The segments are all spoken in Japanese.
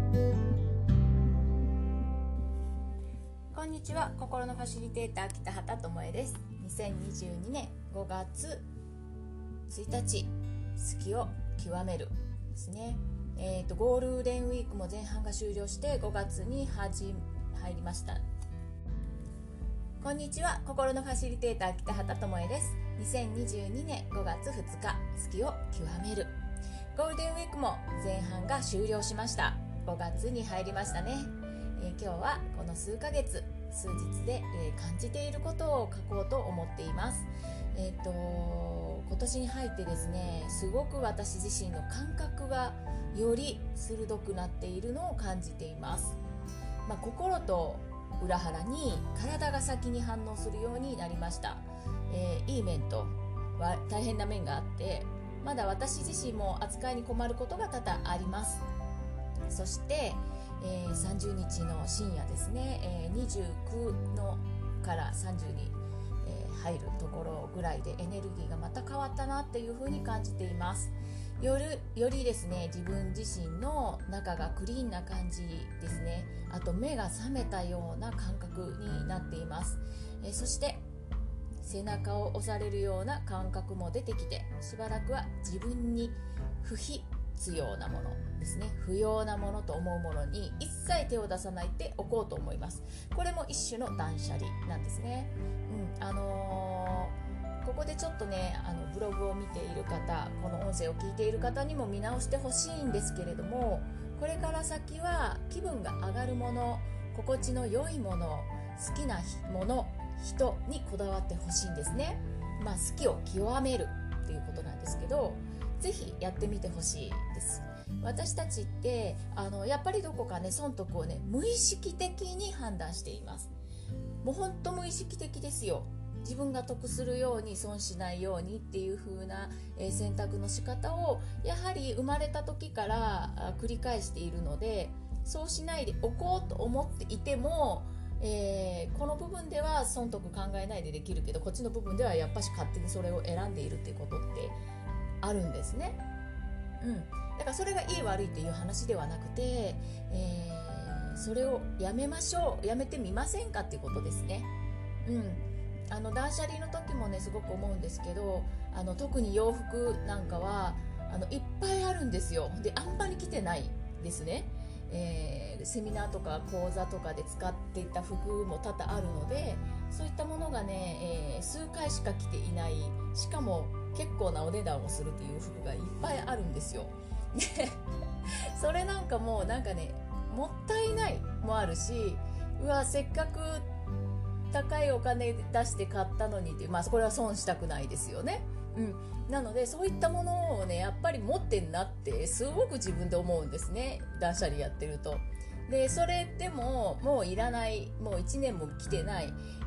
こんにちは、心のファシリテーター北畑智恵です。2022年5月1日、好きを極めるですね。ゴールデンウィークも前半が終了して5月に入りました。こんにちは、心のファシリテーター北畑智恵です。2022年5月2日、好きを極める。ゴールデンウィークも前半が終了しました。5月に入りましたね。今日はこの数日で、感じていることを書こうと思っています。今年に入ってですね、すごく私自身の感覚がより鋭くなっているのを感じています。心と裏腹に体が先に反応するようになりました。いい面と大変な面があって、まだ私自身も扱いに困ることが多々あります。そして30日の深夜ですね、29のから30に、入るところぐらいでエネルギーがまた変わったなっていうふうに感じています。よりですね、自分自身の中がクリーンな感じですね。あと目が覚めたような感覚になっています。そして背中を押されるような感覚も出てきて、しばらくは自分に不必要なものですね、不要なものと思うものに一切手を出さないでおこうと思います。これも一種の断捨離なんですね。ここでちょっとね、ブログを見ている方、この音声を聞いている方にも見直してほしいんですけれども、これから先は気分が上がるもの、心地の良いもの、好きなもの、人にこだわってほしいんですね。好きを極めるっていうことなんですけど、ぜひやってみてほしいです。私たちってやっぱりどこかね、損得をね、無意識的に判断しています。もう本当無意識的ですよ。自分が得するように損しないようにっていう風な、選択の仕方をやはり生まれた時から繰り返しているので、そうしないでおこうと思っていても、この部分では損得考えないでできるけど、こっちの部分ではやっぱし勝手にそれを選んでいるっていうことってあるんですね。だからそれがいい悪いっていう話ではなくて、それをやめましょう、やめてみませんかっていうことですね。断捨離の時もね、すごく思うんですけど、特に洋服なんかはいっぱいあるんですよ。で、あんまり着てないですね。セミナーとか講座とかで使っていた服も多々あるので、そういったものがね、数回しか着ていない、しかも結構なお値段をするっていう服がいっぱいあるんですよ。でそれなんかもなんかね、もったいないもあるし、せっかく高いお金出して買ったのにっていう、これは損したくないですよね。なのでそういったものをね、やっぱり持ってんなってすごく自分で思うんですね、断捨離やってると。でそれでももういらない、もう1年も来てない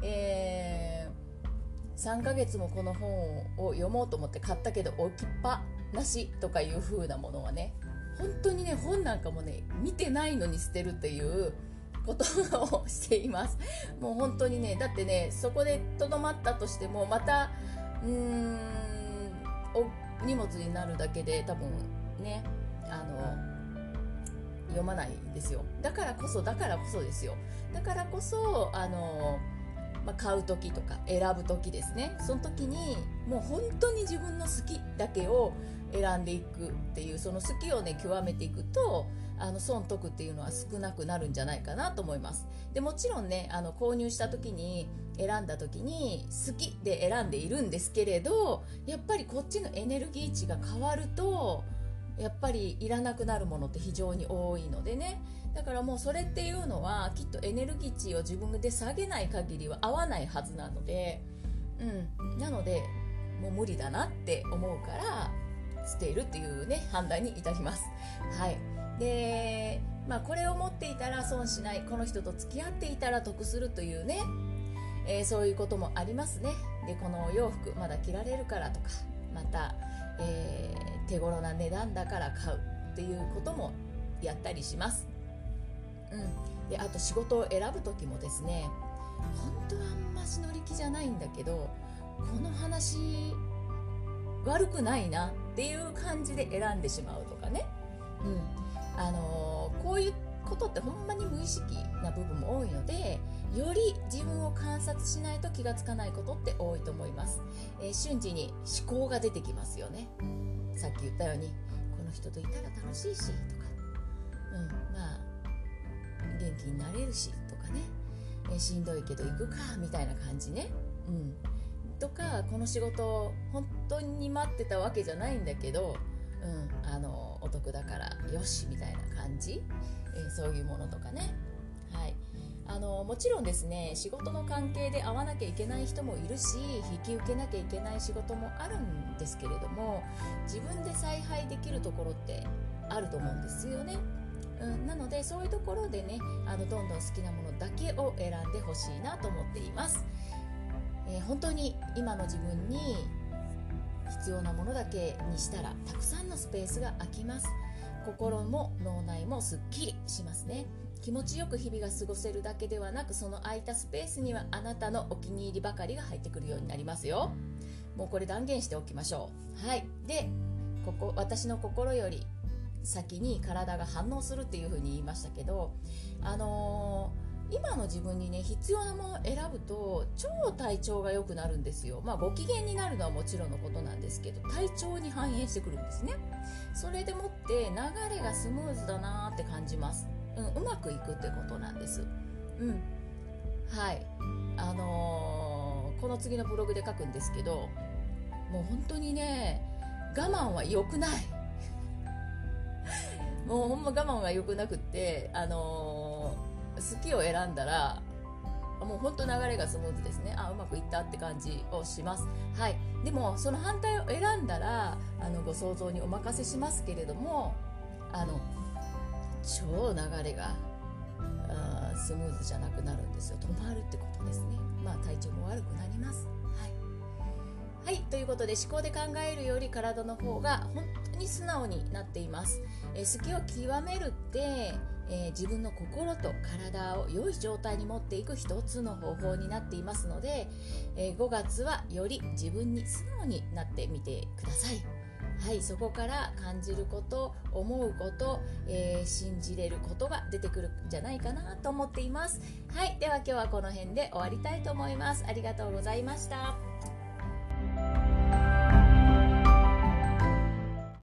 、3ヶ月もこの本を読もうと思って買ったけど置きっぱなしとかいう風なものはね、本当にね、本なんかもね、見てないのに捨てるっていうことをしています。もう本当にね、だってね、そこでとどまったとしてもまた荷物になるだけで多分ね、読まないんですよ。だからこそですよ。だからこそ買う時とか選ぶ時ですね、その時にもう本当に自分の好きだけを選んでいくっていう、その好きをね極めていくと損得っていうのは少なくなるんじゃないかなと思います。でもちろんね、購入した時に選んだ時に好きで選んでいるんですけれど、やっぱりこっちのエネルギー値が変わるとやっぱりいらなくなるものって非常に多いのでね。だからもうそれっていうのはきっとエネルギー値を自分で下げない限りは合わないはずなので、なのでもう無理だなって思うから捨てるっていうね判断に至ります。で、これを持っていたら損しない、この人と付き合っていたら得するというね、そういうこともありますね。で、このお洋服まだ着られるからとか、また、手頃な値段だから買うっていうこともやったりします。で、あと仕事を選ぶ時もですね、本当はあんまし乗り気じゃないんだけど、この話悪くないなっていう感じで選んでしまうとかね、こういっ事ってほんまに無意識な部分も多いので、より自分を観察しないと気がつかないことって多いと思います。瞬時に思考が出てきますよね。さっき言ったように、この人といたら楽しいしとか、まあ元気になれるしとかね、しんどいけど行くかみたいな感じね、とか、この仕事本当に待ってたわけじゃないんだけど、お得だからよしみたいな感じ、そういうものとかね。はい、もちろんですね、仕事の関係で会わなきゃいけない人もいるし、引き受けなきゃいけない仕事もあるんですけれども、自分で采配できるところってあると思うんですよね。なのでそういうところでね、どんどん好きなものだけを選んでほしいなと思っています。本当に今の自分に必要なものだけにしたら、たくさんのスペースが空きます。心も脳内もすっきりしますね。気持ちよく日々が過ごせるだけではなく、その空いたスペースにはあなたのお気に入りばかりが入ってくるようになりますよ。もうこれ断言しておきましょう。はい。で、私の心より先に体が反応するっていう風に言いましたけど、今の自分にね、必要なものを選ぶと超体調が良くなるんですよ。ご機嫌になるのはもちろんのことなんですけど、体調に反映してくるんですね。それでもって流れがスムーズだなって感じます。うまくいくってことなんです。はい。この次のブログで書くんですけど、もう本当にね、我慢は良くない。もうほんま我慢が良くなくって、好きを選んだらもう本当流れがスムーズですね。うまくいったって感じをします。はい。でもその反対を選んだらご想像にお任せしますけれども、超流れがスムーズじゃなくなるんですよ。止まるってことですね。体調も悪くなります。はい、ということで、思考で考えるより体の方が本当に素直になっています。好きを極めるって、自分の心と体を良い状態に持っていく一つの方法になっていますので、5月はより自分に素直になってみてください。はい、そこから感じること、思うこと、信じれることが出てくるんじゃないかなと思っています。はい、では今日はこの辺で終わりたいと思います。ありがとうございました。